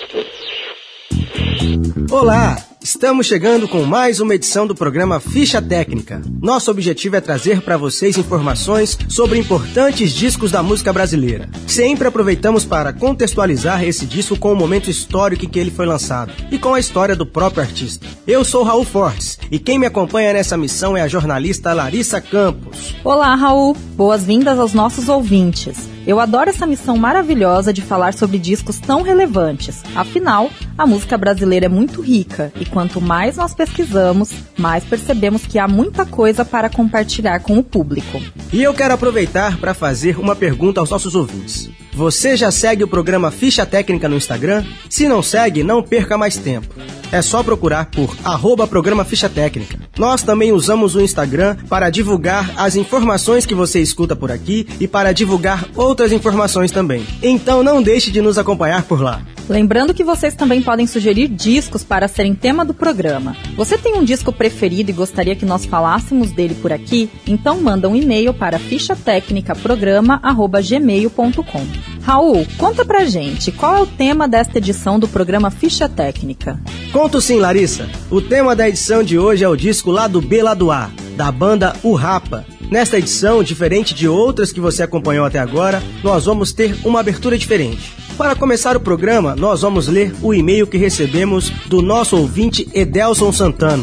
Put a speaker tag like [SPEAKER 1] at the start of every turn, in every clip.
[SPEAKER 1] Olá! Estamos chegando com mais uma edição do programa Ficha Técnica. Nosso objetivo é trazer para vocês informações sobre importantes discos da música brasileira. Sempre aproveitamos para contextualizar esse disco com o momento histórico em que ele foi lançado e com a história do próprio artista. Eu sou Raul Fortes e quem me acompanha nessa missão é a jornalista Larissa Campos.
[SPEAKER 2] Olá, Raul! Boas-vindas aos nossos ouvintes. Eu adoro essa missão maravilhosa de falar sobre discos tão relevantes. Afinal, a música brasileira é muito rica e quanto mais nós pesquisamos, mais percebemos que há muita coisa para compartilhar com o público.
[SPEAKER 1] E eu quero aproveitar para fazer uma pergunta aos nossos ouvintes. Você já segue o programa Ficha Técnica no Instagram? Se não segue, não perca mais tempo. É só procurar por @programa Ficha Técnica. Nós também usamos o Instagram para divulgar as informações que você escuta por aqui e para divulgar outras informações também. Então não deixe de nos acompanhar por lá.
[SPEAKER 2] Lembrando que vocês também podem sugerir discos para serem tema do programa. Você tem um disco preferido e gostaria que nós falássemos dele por aqui? Então manda um e-mail para fichatecnicaprograma@gmail.com. Raul, conta pra gente, qual é o tema desta edição do programa Ficha Técnica?
[SPEAKER 1] Conto sim, Larissa. O tema da edição de hoje é o disco Lado B, Lado A, da banda O Rapa. Nesta edição, diferente de outras que você acompanhou até agora, nós vamos ter uma abertura diferente. Para começar o programa, nós vamos ler o e-mail que recebemos do nosso ouvinte Edelson Santana.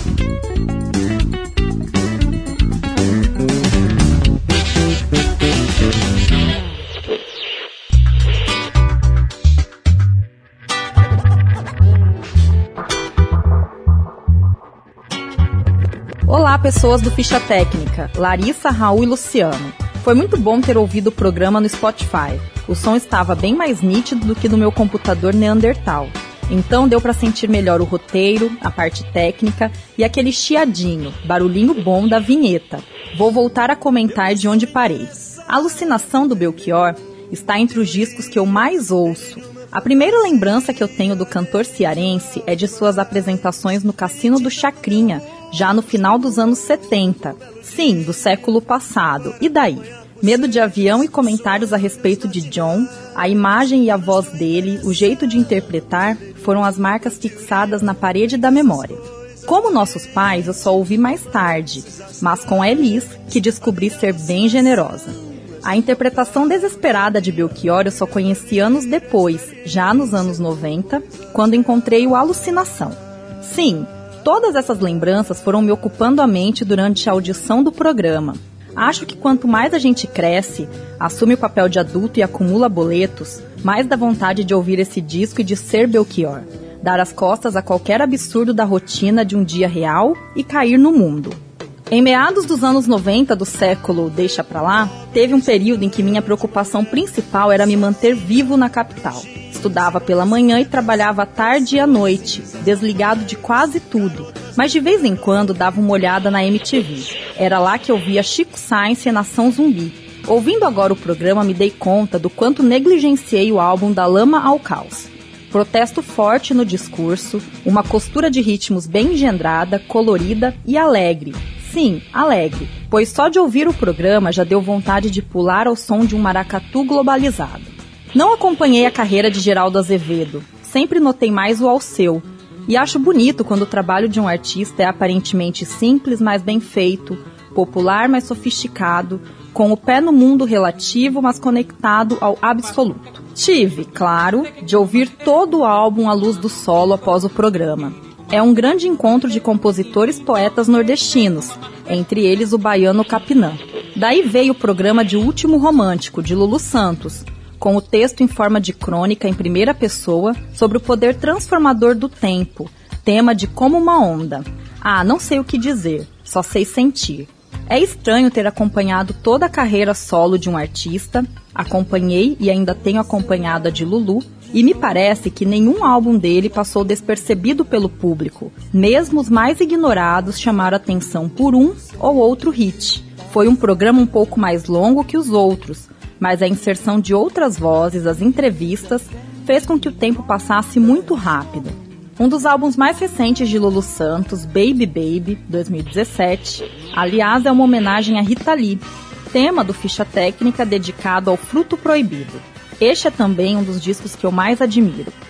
[SPEAKER 2] Olá, pessoas do Ficha Técnica, Larissa, Raul e Luciano. Foi muito bom ter ouvido o programa no Spotify. O som estava bem mais nítido do que no meu computador Neandertal. Então deu para sentir melhor o roteiro, a parte técnica e aquele chiadinho, barulhinho bom da vinheta. Vou voltar a comentar de onde parei. A Alucinação do Belchior está entre os discos que eu mais ouço. A primeira lembrança que eu tenho do cantor cearense é de suas apresentações no Cassino do Chacrinha, já no final dos anos 70. Sim, do século passado. E daí? Medo de Avião e comentários a respeito de John, a imagem e a voz dele, o jeito de interpretar, foram as marcas fixadas na parede da memória. Como nossos pais, eu só ouvi mais tarde, mas com a Elis, que descobri ser bem generosa. A interpretação desesperada de Belchior eu só conheci anos depois, já nos anos 90, quando encontrei o Alucinação. Sim, todas essas lembranças foram me ocupando a mente durante a audição do programa. Acho que quanto mais a gente cresce, assume o papel de adulto e acumula boletos, mais dá vontade de ouvir esse disco e de ser Belchior, dar as costas a qualquer absurdo da rotina de um dia real e cair no mundo. Em meados dos anos 90 do século deixa pra lá, teve um período em que minha preocupação principal era me manter vivo na capital. Estudava pela manhã e trabalhava à tarde e à noite, desligado de quase tudo, mas de vez em quando dava uma olhada na MTV. Era lá que eu via Chico Science e Nação Zumbi. Ouvindo agora o programa, me dei conta do quanto negligenciei o álbum Da Lama ao Caos. Protesto forte no discurso, uma costura de ritmos bem engendrada, colorida e alegre. Sim, alegre, pois só de ouvir o programa já deu vontade de pular ao som de um maracatu globalizado. Não acompanhei a carreira de Geraldo Azevedo, sempre notei mais o Alceu, e acho bonito quando o trabalho de um artista é aparentemente simples, mas bem feito, popular, mas sofisticado, com o pé no mundo relativo, mas conectado ao absoluto. Tive, claro, de ouvir todo o álbum à luz do solo após o programa. É um grande encontro de compositores poetas nordestinos, entre eles o baiano Capinã. Daí veio o programa de Último Romântico, de Lulu Santos, com o texto em forma de crônica em primeira pessoa sobre o poder transformador do tempo, tema de Como uma Onda. Ah, não sei o que dizer, só sei sentir. É estranho ter acompanhado toda a carreira solo de um artista, acompanhei e ainda tenho acompanhado a de Lulu, e me parece que nenhum álbum dele passou despercebido pelo público. Mesmo os mais ignorados chamaram atenção por um ou outro hit. Foi um programa um pouco mais longo que os outros, mas a inserção de outras vozes, as entrevistas, fez com que o tempo passasse muito rápido. Um dos álbuns mais recentes de Lulu Santos, Baby Baby, 2017, aliás, é uma homenagem a Rita Lee, tema do Ficha Técnica dedicado ao Fruto Proibido. Este é também um dos discos que eu mais admiro.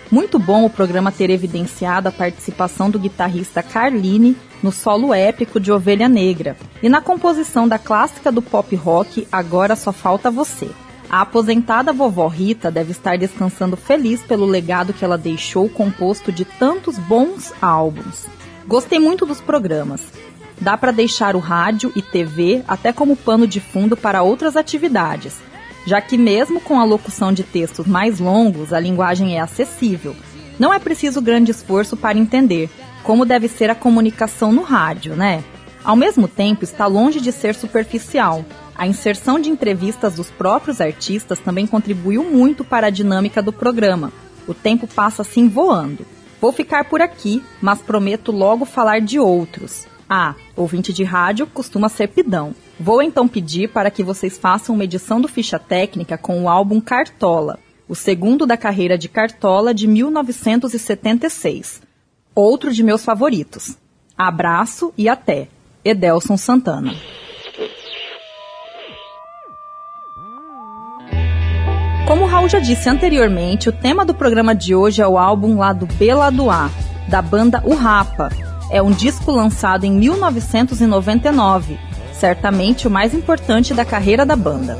[SPEAKER 2] Muito bom o programa ter evidenciado a participação do guitarrista Carline no solo épico de Ovelha Negra e na composição da clássica do pop rock Agora Só Falta Você. A aposentada vovó Rita deve estar descansando feliz pelo legado que ela deixou composto de tantos bons álbuns. Gostei muito dos programas. Dá para deixar o rádio e TV até como pano de fundo para outras atividades, já que mesmo com a locução de textos mais longos, a linguagem é acessível. Não é preciso grande esforço para entender como deve ser a comunicação no rádio, né? Ao mesmo tempo, está longe de ser superficial. A inserção de entrevistas dos próprios artistas também contribuiu muito para a dinâmica do programa. O tempo passa assim voando. Vou ficar por aqui, mas prometo logo falar de outros. Ouvinte de rádio costuma ser pidão. Vou então pedir para que vocês façam uma edição do Ficha Técnica com o álbum Cartola, o segundo da carreira de Cartola de 1976. Outro de meus favoritos. Abraço e até. Edelson Santana. Como o Raul já disse anteriormente, o tema do programa de hoje é o álbum Lado B, Lado A, da banda O Rapa. É um disco lançado em 1999, certamente o mais importante da carreira da banda.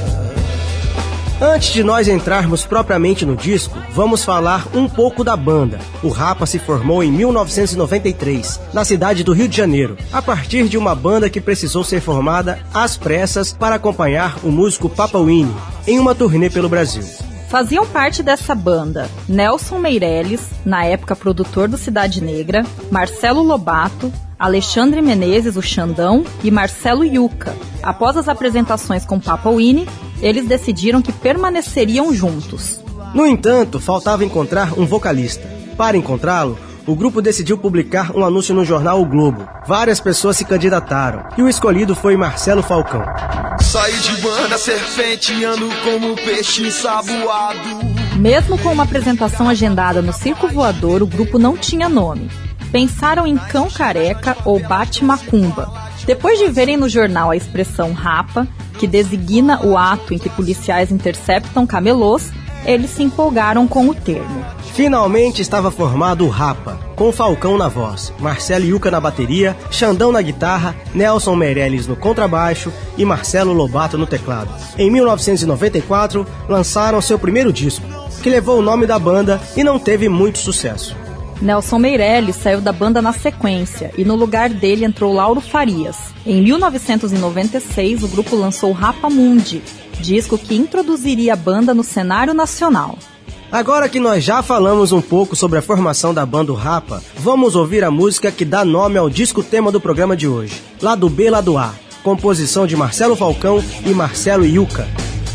[SPEAKER 1] Antes de nós entrarmos propriamente no disco, vamos falar um pouco da banda. O Rapa se formou em 1993, na cidade do Rio de Janeiro, a partir de uma banda que precisou ser formada às pressas para acompanhar o músico Papa Winnie em uma turnê pelo Brasil.
[SPEAKER 2] Faziam parte dessa banda Nelson Meirelles, na época produtor do Cidade Negra, Marcelo Lobato, Alexandre Menezes, o Xandão, e Marcelo Yuca. Após as apresentações com Papa Winnie, eles decidiram que permaneceriam juntos.
[SPEAKER 1] No entanto, faltava encontrar um vocalista. Para encontrá-lo, o grupo decidiu publicar um anúncio no jornal O Globo. Várias pessoas se candidataram e o escolhido foi Marcelo Falcão.
[SPEAKER 3] Saí de banda serpenteando como peixe ensaboado.
[SPEAKER 2] Mesmo com uma apresentação agendada no Circo Voador, o grupo não tinha nome. Pensaram em Cão Careca ou Bate Macumba. Depois de verem no jornal a expressão Rapa, que designa o ato em que policiais interceptam camelôs, eles se empolgaram com o termo.
[SPEAKER 1] Finalmente estava formado o Rapa, com Falcão na voz, Marcelo Yuca na bateria, Xandão na guitarra, Nelson Meirelles no contrabaixo e Marcelo Lobato no teclado. Em 1994, lançaram seu primeiro disco, que levou o nome da banda e não teve muito sucesso.
[SPEAKER 2] Nelson Meirelles saiu da banda na sequência e no lugar dele entrou Lauro Farias. Em 1996, o grupo lançou Rapa Mundi, disco que introduziria a banda no cenário nacional.
[SPEAKER 1] Agora que nós já falamos um pouco sobre a formação da banda Rapa, vamos ouvir a música que dá nome ao disco tema do programa de hoje, Lado B, Lado A, composição de Marcelo Falcão e Marcelo Yuca.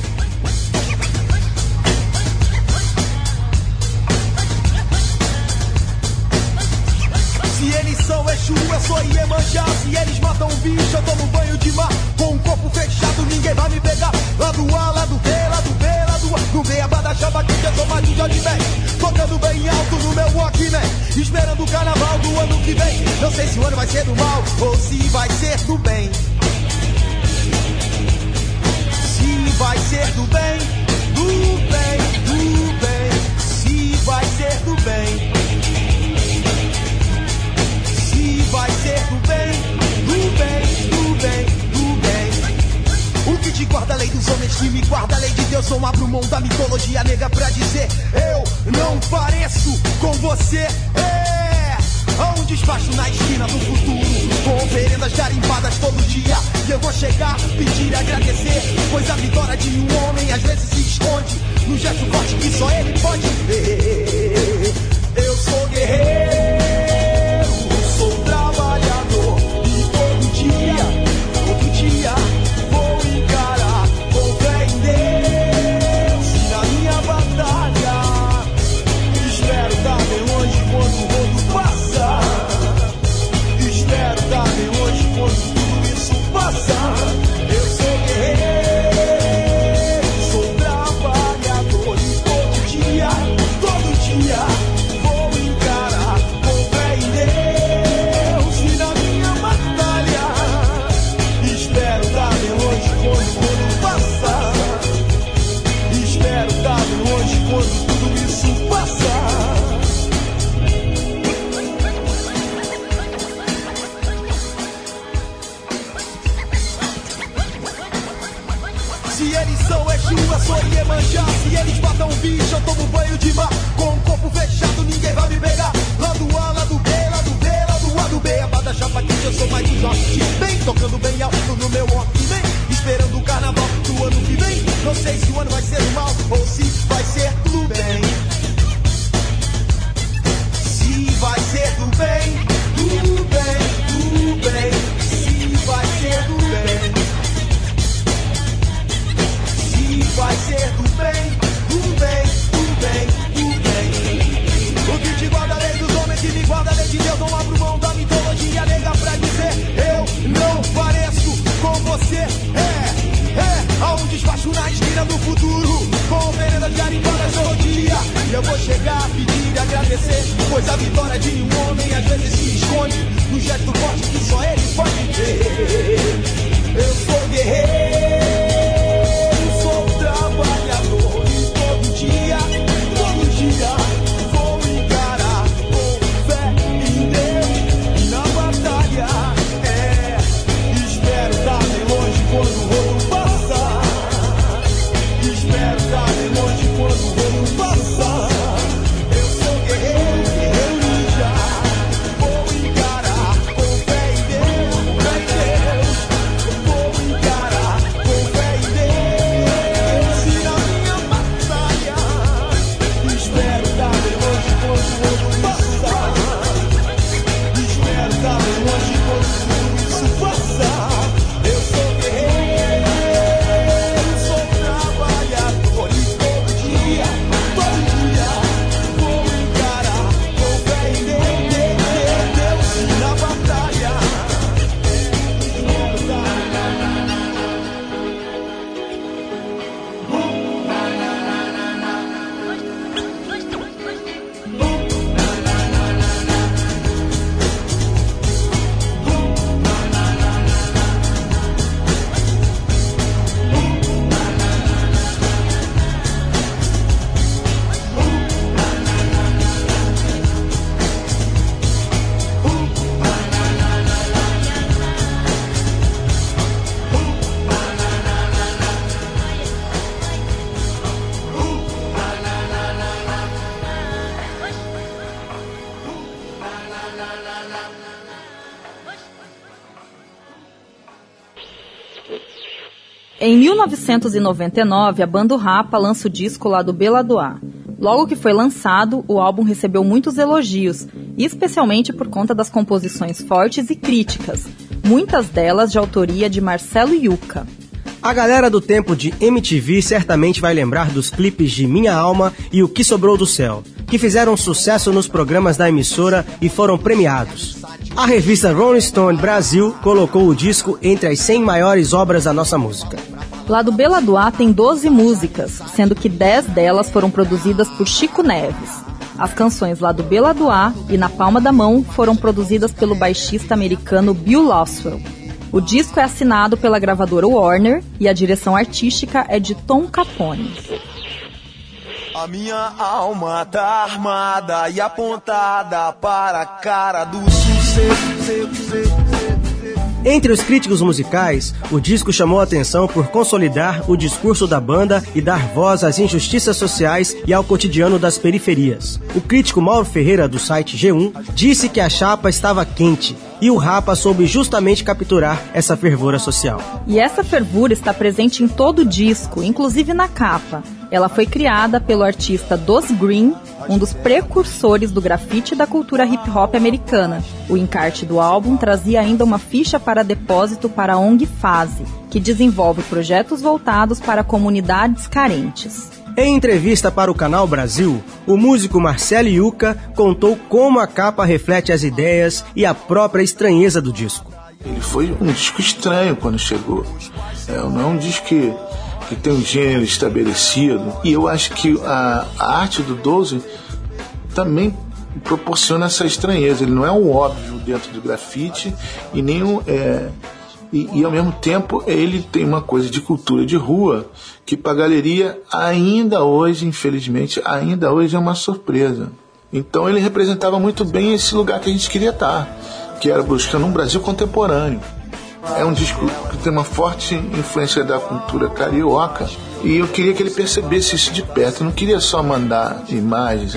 [SPEAKER 3] Se eles são Exu, eu sou Iemanjá. Se eles matam um bicho, eu tomo banho de mar. Com o corpo fechado, ninguém vai me pegar. Lado A, lado B, lado B, lado A. No meio da chapa que eu tô mais de Johnny Mac. Tocando bem alto no meu Walkman. Esperando o carnaval do ano que vem. Não sei se o ano vai ser do mal ou se vai ser do bem. Se vai ser do bem, do bem, do bem. Se vai ser do bem. Se vai ser do bem, do bem, do bem, do bem. O que te guarda a lei dos homens, que me guarda a lei de Deus. Não abro mão da mitologia negra pra dizer: eu não pareço com você. Há um despacho na esquina do futuro, com oferendas garimpadas todo dia. E eu vou chegar, pedir e agradecer, pois a vitória de um homem às vezes se esconde no gesto forte que só ele pode ver. Eu sou guerreiro, sou trabalhador, e todo dia vou encarar com fé em Deus e na minha batalha. Espero estar bem longe quando o mundo passar. Espero estar bem longe quando tudo isso passar. Eu sou guerreiro, sou trabalhador, e todo dia eu vou chegar, pedir e agradecer, pois a vitória de um homem às vezes se esconde no gesto forte que só ele pode ter. Eu sou guerreiro, sou trabalhador e todo dia vou encarar com fé em Deus e na batalha. Espero estar bem longe quando o rolo passar. Espero estar bem longe quando o rolo passar. Eu sou guerreiro ninja, vou encarar com fé em Deus, vou encarar com fé em Deus e na minha batalha. Espero estar bem longe quando o rolo passar. Espero estar bem longe quando tudo isso passar. Eu sou guerreiro, sou trabalhador e todo dia vou encarar com fé em Deus e na batalha.
[SPEAKER 2] Em 1999, a banda Rapa lança o disco Lado B, Lado A. Logo que foi lançado, o álbum recebeu muitos elogios, especialmente por conta das composições fortes e críticas, muitas delas de autoria de Marcelo Yuca.
[SPEAKER 1] A galera do tempo de MTV certamente vai lembrar dos clipes de Minha Alma e O Que Sobrou do Céu, que fizeram sucesso nos programas da emissora e foram premiados. A revista Rolling Stone Brasil colocou o disco entre as 100 maiores obras da nossa música.
[SPEAKER 2] Lado B, Lado A tem 12 músicas, sendo que 10 delas foram produzidas por Chico Neves. As canções Lado B, Lado A e Na Palma da Mão foram produzidas pelo baixista americano Bill Laswell. O disco é assinado pela gravadora Warner e a direção artística é de Tom Capone.
[SPEAKER 3] A minha alma tá armada e apontada para a cara do sucesso.
[SPEAKER 1] Entre os críticos musicais, o disco chamou a atenção por consolidar o discurso da banda e dar voz às injustiças sociais e ao cotidiano das periferias. O crítico Mauro Ferreira, do site G1, disse que a chapa estava quente e o Rapa soube justamente capturar essa fervura social.
[SPEAKER 2] E essa fervura está presente em todo o disco, inclusive na capa. Ela foi criada pelo artista Dos Green, um dos precursores do grafite e da cultura hip-hop americana. O encarte do álbum trazia ainda uma ficha para depósito para a ONG Fase, que desenvolve projetos voltados para comunidades carentes.
[SPEAKER 1] Em entrevista para o Canal Brasil, o músico Marcelo Yuca contou como a capa reflete as ideias e a própria estranheza do disco.
[SPEAKER 4] Ele foi um disco estranho quando chegou. Não é um disco que tem um gênero estabelecido. E eu acho que a arte do Doze também proporciona essa estranheza. Ele não é um óbvio dentro do grafite e nem e ao mesmo tempo ele tem uma coisa de cultura de rua que para a galeria ainda hoje, infelizmente, ainda hoje é uma surpresa. Então ele representava muito bem esse lugar que a gente queria estar, que era buscando um Brasil contemporâneo. É um disco que tem uma forte influência da cultura carioca e eu queria que ele percebesse isso de perto. Eu não queria só mandar imagens.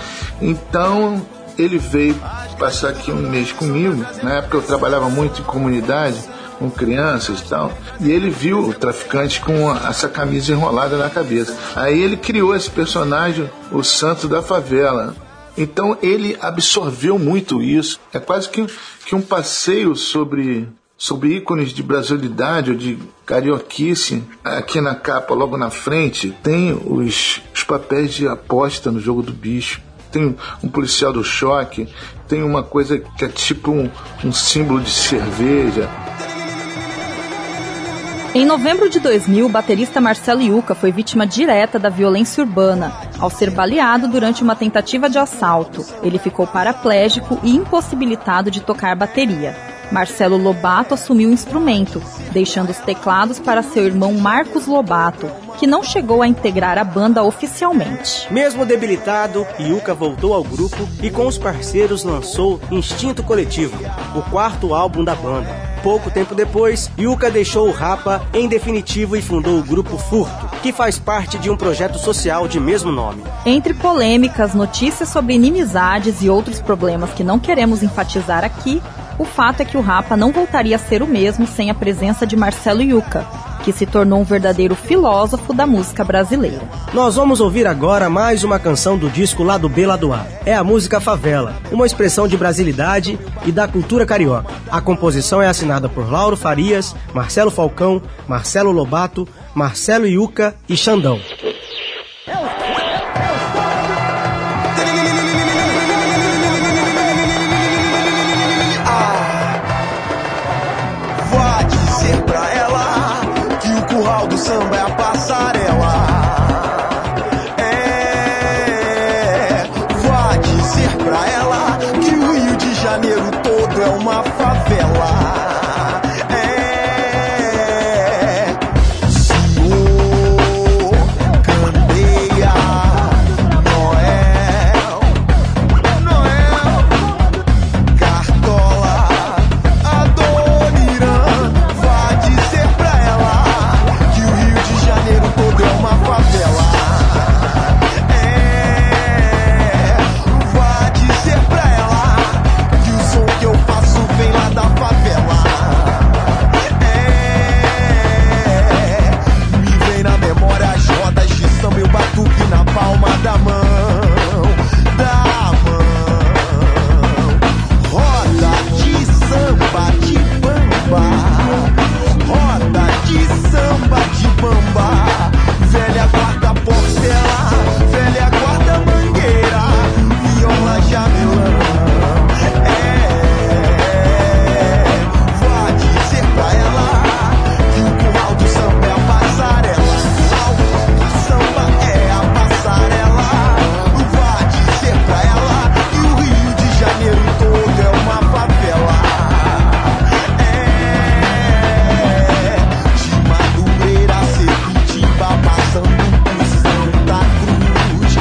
[SPEAKER 4] Então ele veio passar aqui um mês comigo. Na época eu trabalhava muito em comunidade, com crianças e tal, e ele viu o traficante com essa camisa enrolada na cabeça. Aí ele criou esse personagem, o Santo da Favela. Então ele absorveu muito isso. É quase que um passeio sobre ícones de brasilidade ou de carioquice. Aqui na capa, logo na frente, tem os papéis de aposta no Jogo do Bicho. Tem um policial do choque, tem uma coisa que é tipo um símbolo de cerveja.
[SPEAKER 2] Em novembro de 2000, o baterista Marcelo Yuca foi vítima direta da violência urbana, ao ser baleado durante uma tentativa de assalto. Ele ficou paraplégico e impossibilitado de tocar bateria. Marcelo Lobato assumiu o instrumento, deixando os teclados para seu irmão Marcos Lobato, que não chegou a integrar a banda oficialmente.
[SPEAKER 1] Mesmo debilitado, Yuka voltou ao grupo e com os parceiros lançou Instinto Coletivo, o quarto álbum da banda. Pouco tempo depois, Yuka deixou o Rapa em definitivo e fundou o grupo Furto, que faz parte de um projeto social de mesmo nome.
[SPEAKER 2] Entre polêmicas, notícias sobre inimizades e outros problemas que não queremos enfatizar aqui, o fato é que o Rapa não voltaria a ser o mesmo sem a presença de Marcelo Yuka, que se tornou um verdadeiro filósofo da música brasileira.
[SPEAKER 1] Nós vamos ouvir agora mais uma canção do disco Lado B, Lado A. É a música Favela, uma expressão de brasilidade e da cultura carioca. A composição é assinada por Lauro Farias, Marcelo Falcão, Marcelo Lobato, Marcelo Yuka e Xandão.
[SPEAKER 3] Do samba é a passarela. Vá dizer pra ela que o Rio de Janeiro todo é uma favela. Senhor Candeia, Noel, Cartola, Adoniran. Vá dizer pra ela que o Rio de Janeiro todo é uma favela. Vá dizer pra ela que o som que eu faço vem lá da favela. Me vem na memória as rodas de samba e o batuque na palma da mão. Roda de samba de bamba, roda de samba de bamba, velha guarda portela, velha guarda mangueira, viola jamelão. Vá dizer pra ela que o curral do samba é a passarela. O curral do samba é a passarela. Vá dizer pra ela que o Rio de Janeiro todo é uma favela. De Madureira a Sepitiba, passando por Santa Cruz.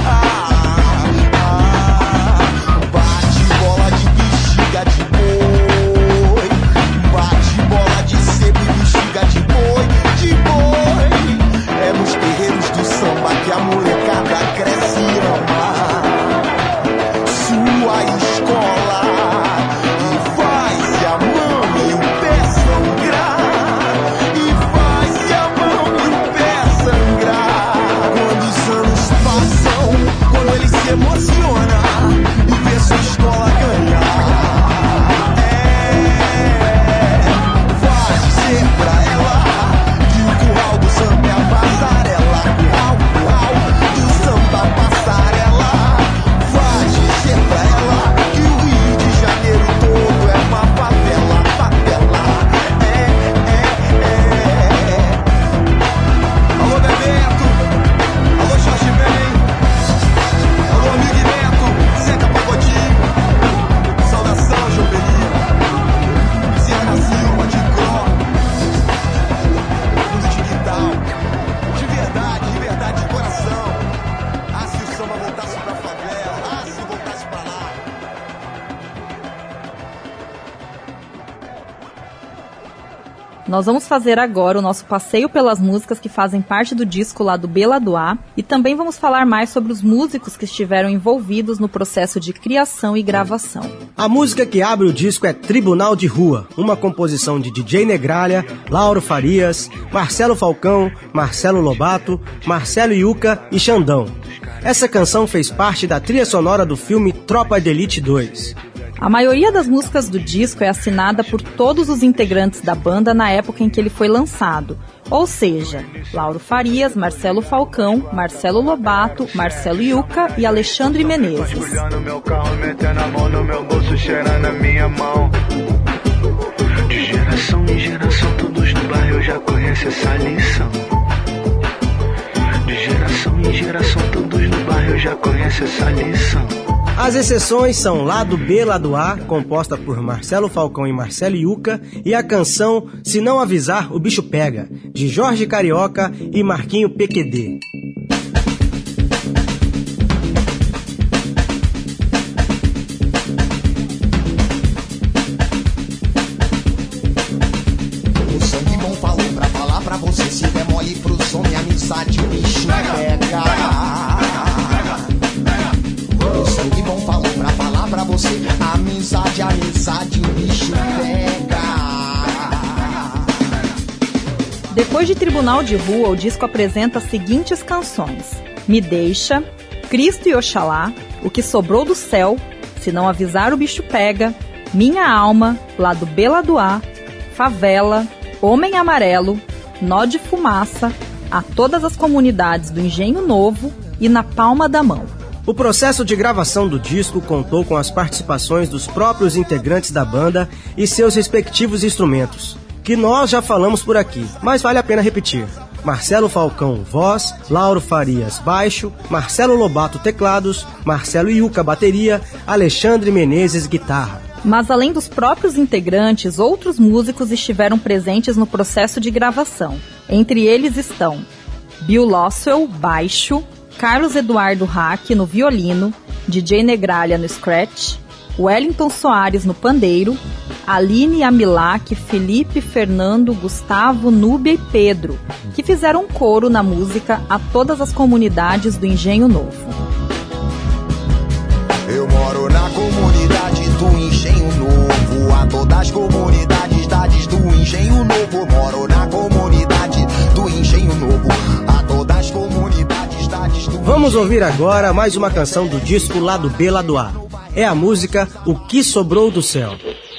[SPEAKER 3] Bate bola de bexiga de boi, bate bola de sebo e bexiga de boi, de boi. É nos terreiros do samba que a molecada cresce e ama sua escola e faz a mão e o pé sangrar, e faz a mão e o pé sangrar. Quando os anos passam, quando ele se emociona e vê sua escola ganhar. Vai dizer pra ela que o curral do samba é a passarela. Curral do samba passarela. Vai dizer pra ela que o Rio de Janeiro todo é uma favela, favela. Alô Bebeto, alô Jorge Ben, alô amigo Neto, Zeca Pagodinho, saudação João Benito, Zerra Silva de Cro, Luz de Quintal, de verdade de coração. Ah, se o samba voltasse pra favela, ah, se voltasse pra lá.
[SPEAKER 2] Nós vamos fazer agora o nosso passeio pelas músicas que fazem parte do disco Lado B, Lado A, e também vamos falar mais sobre os músicos que estiveram envolvidos no processo de criação e gravação.
[SPEAKER 1] A música que abre o disco é Tribunal de Rua, uma composição de DJ Negralha, Lauro Farias, Marcelo Falcão, Marcelo Lobato, Marcelo Yuka e Xandão. Essa canção fez parte da trilha sonora do filme Tropa de Elite 2.
[SPEAKER 2] A maioria das músicas do disco é assinada por todos os integrantes da banda na época em que ele foi lançado, ou seja, Lauro Farias, Marcelo Falcão, Marcelo Lobato, Marcelo Yuka e Alexandre Menezes.
[SPEAKER 5] No meu carro, metendo a mão no meu bolso, cheirando a minha mão. De geração em geração, todos no bairro já conhecem essa lição. De geração geração em geração, todos no bairro já conhecem essa lição.
[SPEAKER 1] As exceções são Lado B, Lado A, composta por Marcelo Falcão e Marcelo Yuca, e a canção Se Não Avisar, o Bicho Pega, de Jorge Carioca e Marquinho PQD.
[SPEAKER 3] O sangue bom falou pra falar pra você, se der mole pro som e amizade o bicho pega. Que bom falou pra falar pra você, amizade, o bicho pega.
[SPEAKER 2] Depois de Tribunal de Rua, o disco apresenta as seguintes canções: Me Deixa, Cristo e Oxalá, O Que Sobrou do Céu, Se Não Avisar o Bicho Pega, Minha Alma, Lado B, Lado A, Favela, Homem Amarelo, Nó de Fumaça, A Todas as Comunidades do Engenho Novo e Na Palma da Mão.
[SPEAKER 1] O processo de gravação do disco contou com as participações dos próprios integrantes da banda e seus respectivos instrumentos, que nós já falamos por aqui, mas vale a pena repetir. Marcelo Falcão, voz, Lauro Farias, baixo, Marcelo Lobato, teclados, Marcelo Yuca, bateria, Alexandre Menezes, guitarra.
[SPEAKER 2] Mas além dos próprios integrantes, outros músicos estiveram presentes no processo de gravação. Entre eles estão Bill Loswell, baixo, Carlos Eduardo Hack no violino, DJ Negralha no scratch, Wellington Soares no pandeiro, Aline Amilac, Felipe, Fernando, Gustavo, Núbia e Pedro, que fizeram coro na música A Todas as Comunidades do Engenho Novo.
[SPEAKER 3] Eu moro na comunidade do Engenho Novo, a todas as comunidades do Engenho Novo. Moro na comunidade do Engenho Novo, a todas as comunidades do.
[SPEAKER 1] Vamos ouvir agora mais uma canção do disco Lado B, Lado A. É a música O Que Sobrou do Céu.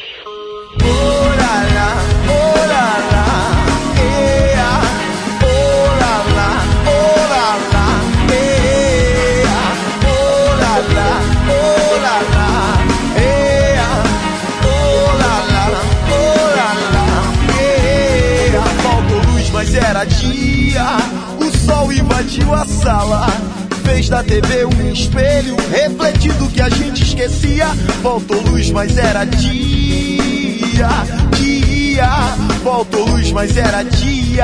[SPEAKER 3] Mas era dia, o sol invadiu a sala, fez da TV um espelho, refletindo que a gente esquecia. Faltou luz, mas era dia, faltou luz, mas era dia.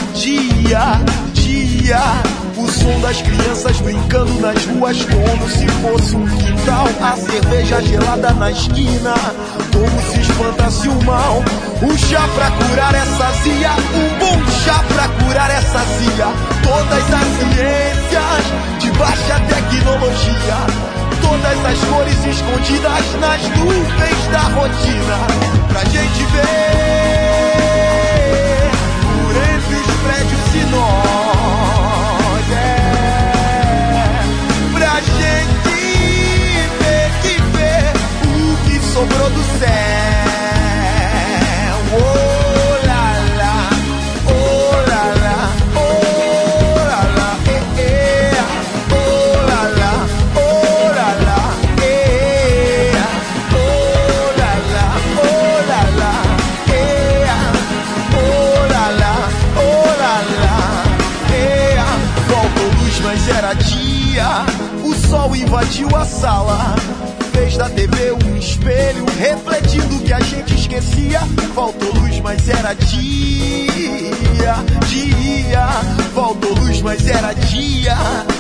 [SPEAKER 3] O som das crianças brincando nas ruas como se fosse um quintal. A cerveja gelada na esquina, como se espantasse o mal. Um chá pra curar essa zia, um bom chá pra curar essa zia. Todas as ciências de baixa tecnologia, todas as cores escondidas nas nuvens da rotina. Pra gente ver por entre os prédios e nós. Pra gente ver o que sobrou do céu. Oh lá lá, oh lá lá, oh lá lá, oh lá lá, oh lá lá, oh lá lá, oh lá lá, oh lá lá, oh lá lá. Faltou luz, mas era dia. O sol invadiu a sala, fez da TV um espelho, refletindo que a gente esquecia. Faltou luz, mas era dia. Faltou luz, mas era dia.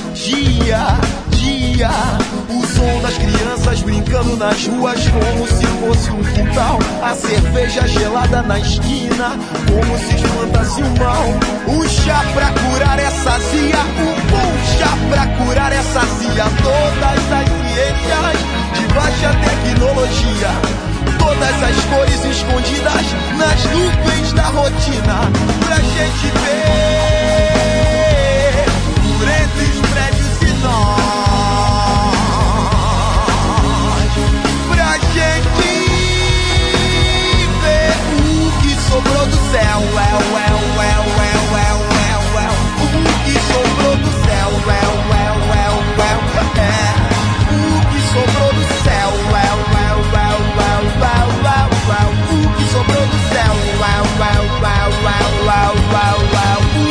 [SPEAKER 3] O som das crianças brincando nas ruas como se fosse um quintal. A cerveja gelada na esquina, como se espantasse o mal. Um chá pra curar essa zia, um bom chá pra curar essa zia. Todas as ciências de baixa tecnologia, todas as cores escondidas nas nuvens da rotina. Pra gente ver por entre os prédios e nós. Pra gente ver o que sobrou do céu. O que sobrou do céu. O que sobrou do céu. O que sobrou do céu.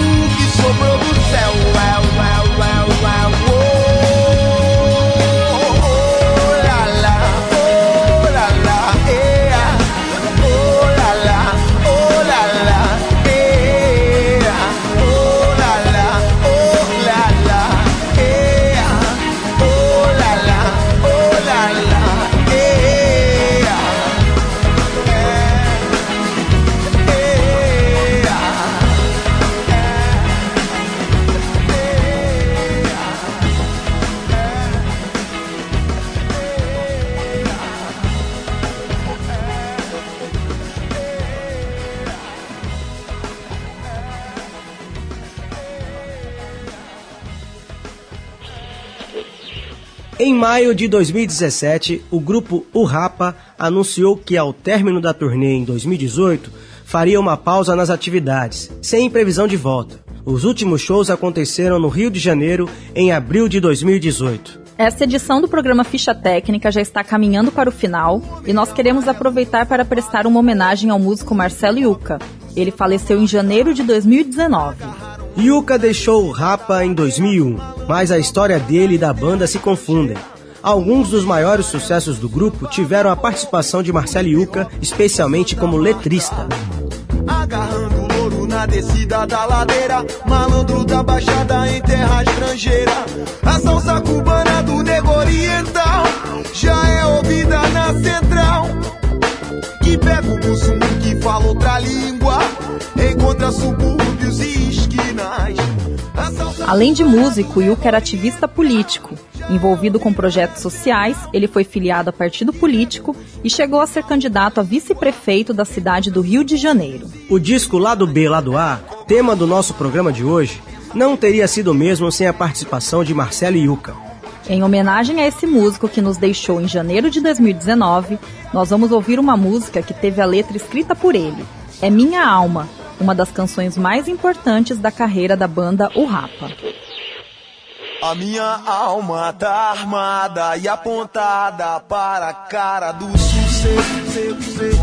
[SPEAKER 1] maio de 2017, o grupo O Rapa anunciou que, ao término da turnê em 2018, faria uma pausa nas atividades, sem previsão de volta. Os últimos shows aconteceram no Rio de Janeiro em abril de 2018.
[SPEAKER 2] Esta edição do programa Ficha Técnica já está caminhando para o final e nós queremos aproveitar para prestar uma homenagem ao músico Marcelo Yuca. Ele faleceu em janeiro de 2019.
[SPEAKER 1] Yuca deixou o Rapa em 2001, mas a história dele e da banda se confundem. Alguns dos maiores sucessos do grupo tiveram a participação de Marcelo Yuca, especialmente como letrista.
[SPEAKER 3] Agarrando ouro na descida da ladeira, malandro da baixada em terra estrangeira. A salsa cubana do nego oriental já é ouvida na central. Que pega o muçulmano que fala outra língua, encontra subúrbios e esquinas.
[SPEAKER 2] Além de músico, Yuca era ativista político. Envolvido com projetos sociais, ele foi filiado a partido político e chegou a ser candidato a vice-prefeito da cidade do Rio de Janeiro.
[SPEAKER 1] O disco Lado B, Lado A, tema do nosso programa de hoje, não teria sido o mesmo sem a participação de Marcelo Yuca.
[SPEAKER 2] Em homenagem a esse músico que nos deixou em janeiro de 2019, nós vamos ouvir uma música que teve a letra escrita por ele. É Minha Alma, uma das canções mais importantes da carreira da banda O Rapa.
[SPEAKER 3] A minha alma tá armada e apontada para a cara do sucesso.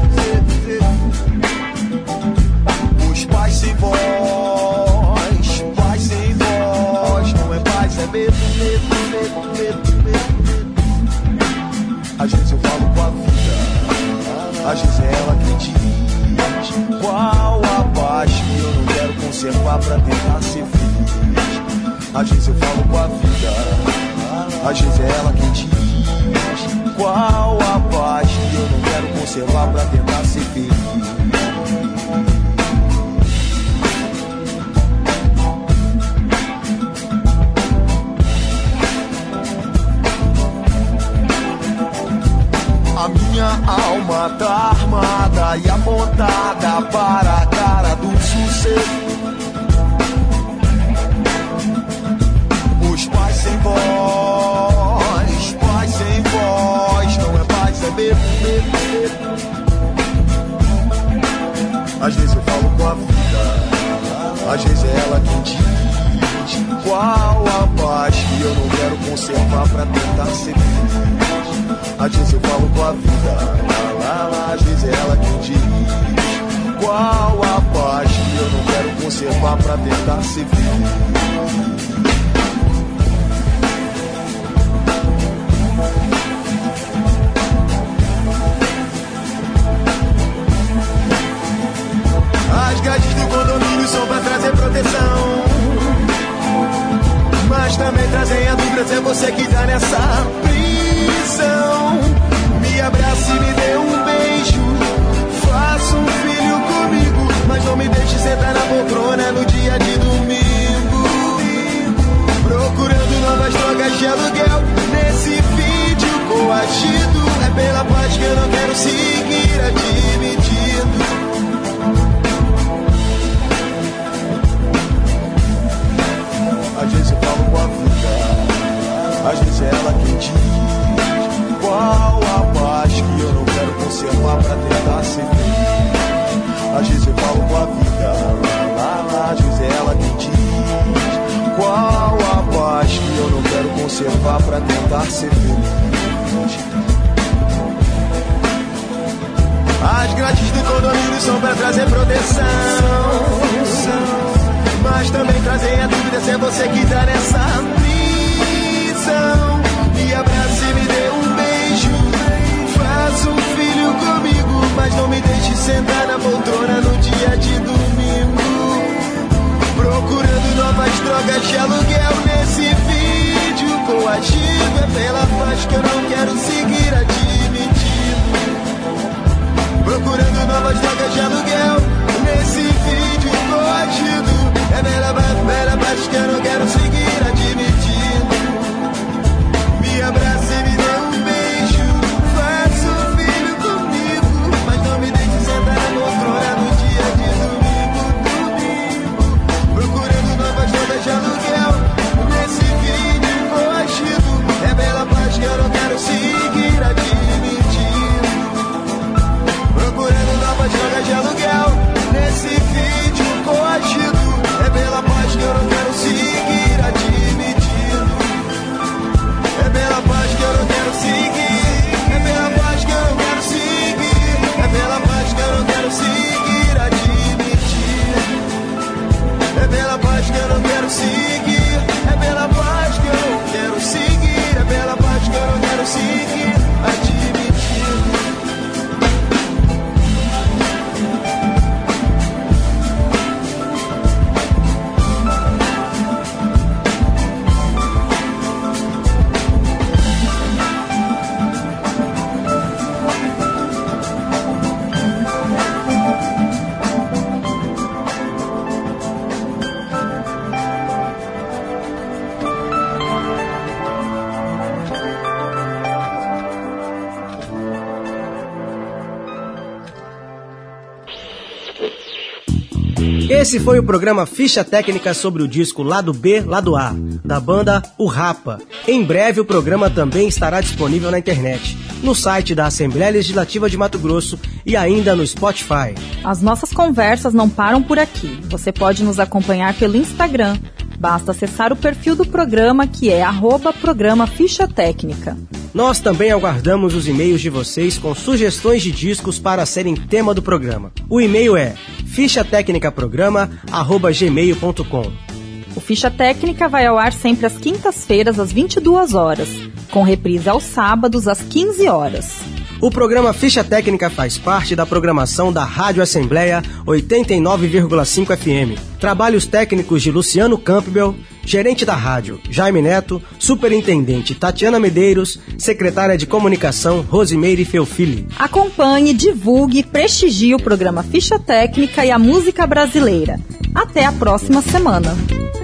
[SPEAKER 3] Os pais sem voz, paz sem voz, não é paz, é medo. Às vezes eu falo com a vida, às vezes é ela que diz qual a paz que eu não quero conservar pra tentar ser feliz. Às vezes eu falo com a vida, às vezes é ela quem diz qual a paz que eu não quero conservar pra tentar ser feliz. A minha alma tá armada e apontada para a cara do sucesso. Os pais sem voz, não é paz, é medo. Às vezes eu falo com a vida, às vezes é ela quem diz qual a paz que eu não quero conservar pra tentar ser feliz. Às vezes eu falo com a vida, às vezes é ela quem diz qual a paz que eu não quero conservar pra tentar ser feliz. As grades do condomínio são pra trazer proteção, mas também trazem a dúvida se é você que tá nessa prisão. Me abrace e me dê um beijo, faça um filho comigo, mas não me deixe sentar na poltrona no dia de domingo. Procurando novas drogas de aluguel nesse vídeo coagido. É pela paz que eu não quero seguir admitindo. Às vezes eu falo com a vida, às vezes é ela quem diz qual a paz que eu não quero conservar pra tentar ser feliz. Às vezes eu falo com a vida, às vezes é ela quem diz qual a paz que eu não quero conservar pra tentar ser feliz. As grades do condomínio são pra trazer proteção, mas também trazem a dúvida se é você que tá nessa prisão. Me abrace e me dê um beijo, faça um filho comigo, mas não me deixe sentar na poltrona no dia de domingo. Procurando novas drogas de aluguel nesse vídeo coagido. É pela paz que eu não quero seguir admitindo. Procurando novas drogas de aluguel nesse vídeo coagido. É bela paz que eu não quero seguir admitindo. Me abrace e me dê um beijo, faça um filho comigo, mas não me deixe sentar na poltrona no dia de domingo. Procurando novas drogas de aluguel nesse vídeo coagido. É bela paz que eu
[SPEAKER 1] Esse foi o programa Ficha Técnica sobre o disco Lado B, Lado A, da banda O Rapa. Em breve o programa também estará disponível na internet, no site da Assembleia Legislativa de Mato Grosso e ainda no Spotify.
[SPEAKER 2] As nossas conversas não param por aqui. Você pode nos acompanhar pelo Instagram. Basta acessar o perfil do programa, que é @programa Ficha Técnica.
[SPEAKER 1] Nós também aguardamos os e-mails de vocês com sugestões de discos para serem tema do programa. O e-mail é fichatecnicaprograma@gmail.com.
[SPEAKER 2] O Ficha Técnica vai ao ar sempre às quintas-feiras, às 22 horas, com reprise aos sábados, às 15 horas.
[SPEAKER 1] O programa Ficha Técnica faz parte da programação da Rádio Assembleia 89,5 FM. Trabalhos técnicos de Luciano Campbell, gerente da rádio Jaime Neto, superintendente Tatiana Medeiros, secretária de comunicação Rosimeire Feufili.
[SPEAKER 2] Acompanhe, divulgue e prestigie o programa Ficha Técnica e a música brasileira. Até a próxima semana.